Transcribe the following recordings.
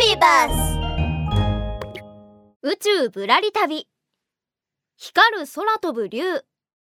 ビバス宇宙ぶらり旅、光る空飛ぶ竜。 は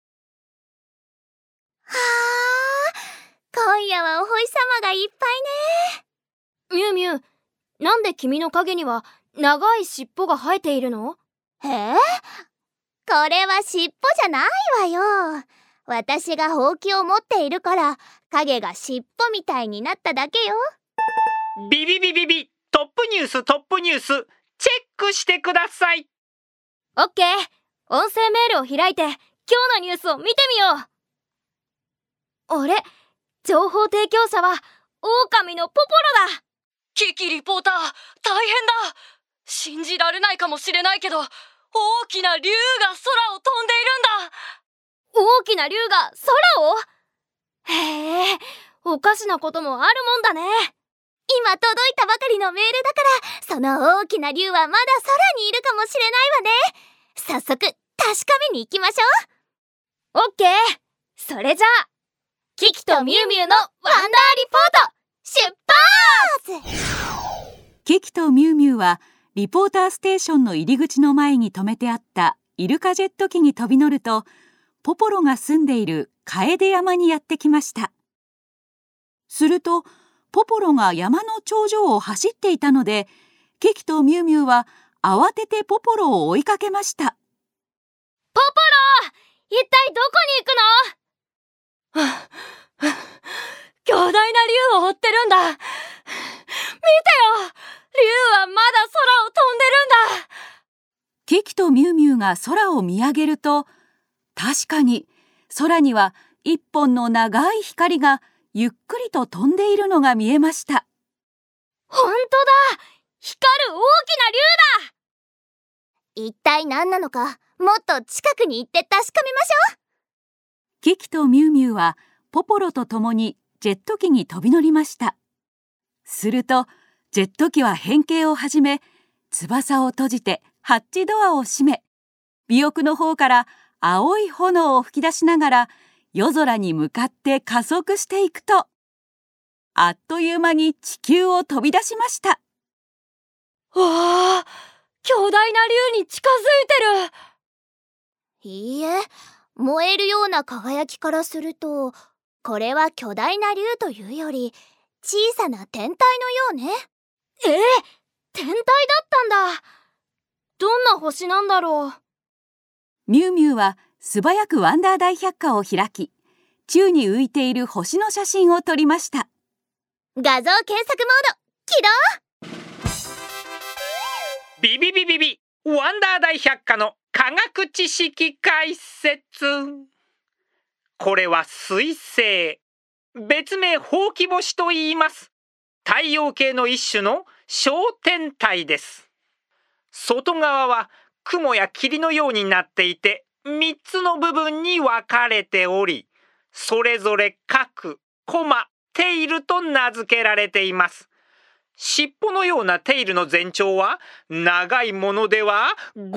あ、今夜はお星様がいっぱいね。ミュウミュウ、なんで君の影には長い尻尾が生えているの？ これは尻尾じゃないわよ。私がほうきを持っているから影が尻尾みたいになっただけよ。 ビビビビビ、トップニューストップニュース、チェックしてください。 オッケー、音声メールを開いて今日のニュースを見てみよう。あれ、情報提供者は狼のポポロだ。 キキリポーター、大変だ。信じられないかもしれないけど、大きな竜が空を飛んでいるんだ。 大きな竜が空を？へえ、おかしなこともあるもんだね。 今届いたばかりのメールだから、その大きな竜はまだ空にいるかもしれないわね。早速確かめに行きましょう。オッケー、それじゃあキキとミュウミュウのワンダーリポート出発！ キキとミュウミュウはリポーターステーションの入り口の前に止めてあったイルカジェット機に飛び乗ると、ポポロが住んでいる楓山にやってきました。するとポポロが山の頂上を走っていたので、キキとミュウミュウは慌ててポポロを追いかけました。 ポポロ、一体どこに行くの？ 巨大な竜を追ってるんだ。見てよ、竜はまだ空を飛んでるんだ。 キキとミュウミュウが空を見上げると、確かに空には一本の長い光がゆっくりと飛んでいるのが見えました。 ほんとだ、光る大きな竜だ。一体何なのか、もっと近くに行って確かめましょう。 キキとミュウミュウはポポロと共にジェット機に飛び乗りました。するとジェット機は変形を始め、翼を閉じてハッチドアを閉め、尾翼の方から青い炎を吹き出しながら夜空に向かって加速していくと、あっという間に地球を飛び出しました。 わあ、巨大な竜に近づいてる。 いいえ、燃えるような輝きからすると、これは巨大な竜というより小さな天体のようね。 天体だったんだ。どんな星なんだろう。 ミュウミュウは素早くワンダー大百科を開き、宙に浮いている星の写真を撮りました。 画像検索モード起動。 ビビビビビ、ワンダー大百科の科学知識解説。これは水星、別名ほうき星と言います。太陽系の一種の小天体です。外側は雲や霧のようになっていて、3つの部分に分かれており、それぞれ核、コマ、テイルと名付けられています。尻尾のようなテイルの全長は長いものでは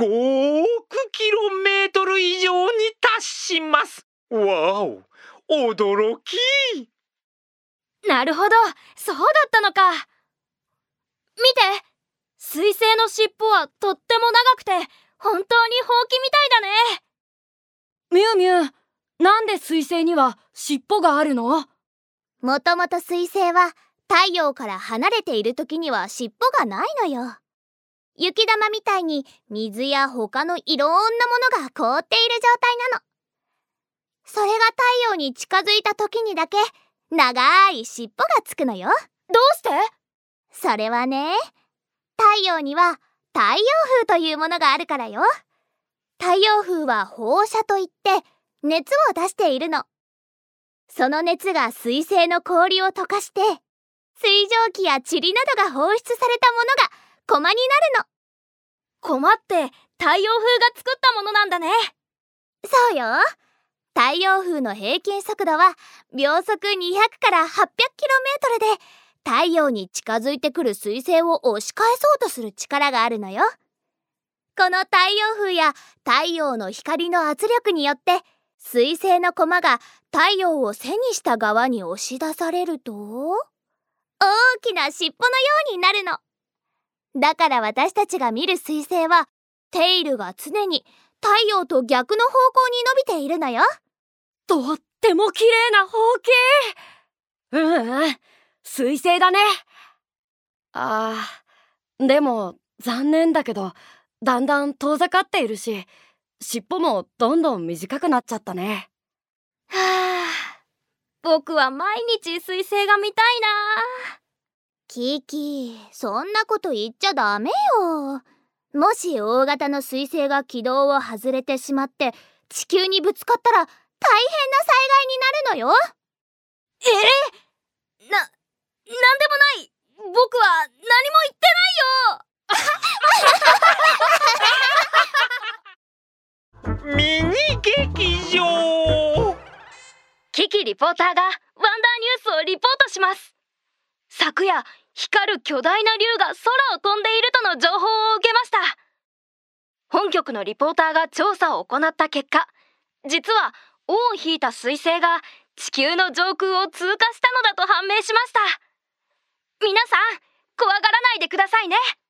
5億キロメートル以上に達します。わお、驚き。 なるほど、そうだったのか。見て、水星の尻尾はとっても長くて本当にほうきみたいだね。 ミュウミュウ、なんで水星には尻尾があるの？ もともと水星は太陽から離れている時には尻尾がないのよ。雪玉みたいに水や他のいろんなものが凍っている状態なの。それが太陽に近づいた時にだけ長い尻尾がつくのよ。 どうして？ それはね、太陽には太陽風というものがあるからよ。太陽風は放射といって熱を出しているの。その熱が水星の氷を溶かして、水蒸気や塵などが放出されたものがコマになるの。 コマって太陽風が作ったものなんだね。 そうよ。太陽風の平均速度は秒速200から800キロメートルで、太陽に近づいてくる水星を押し返そうとする力があるのよ。この太陽風や太陽の光の圧力によって、水星のコマが太陽を背にした側に押し出されると、大きな尻尾のようになるの。 だから私たちが見る彗星はテイルが常に太陽と逆の方向に伸びているのよ。 とっても綺麗な風景。彗星だね。でも残念だけどだんだん遠ざかっているし、尻尾もどんどん短くなっちゃったね。 僕は毎日彗星が見たいな。 キキ、そんなこと言っちゃダメよ。もし大型の彗星が軌道を外れてしまって地球にぶつかったら大変な災害になるのよ。 なんでもない。僕は何も言ってないよ。 ミニ劇場。 キキリポーターがワンダーニュースをリポートします。昨夜、光る巨大な竜が空を飛んでいるとの情報を受けました。本局のリポーターが調査を行った結果、実は尾を引いた彗星が地球の上空を通過したのだと判明しました。皆さん、怖がらないでくださいね。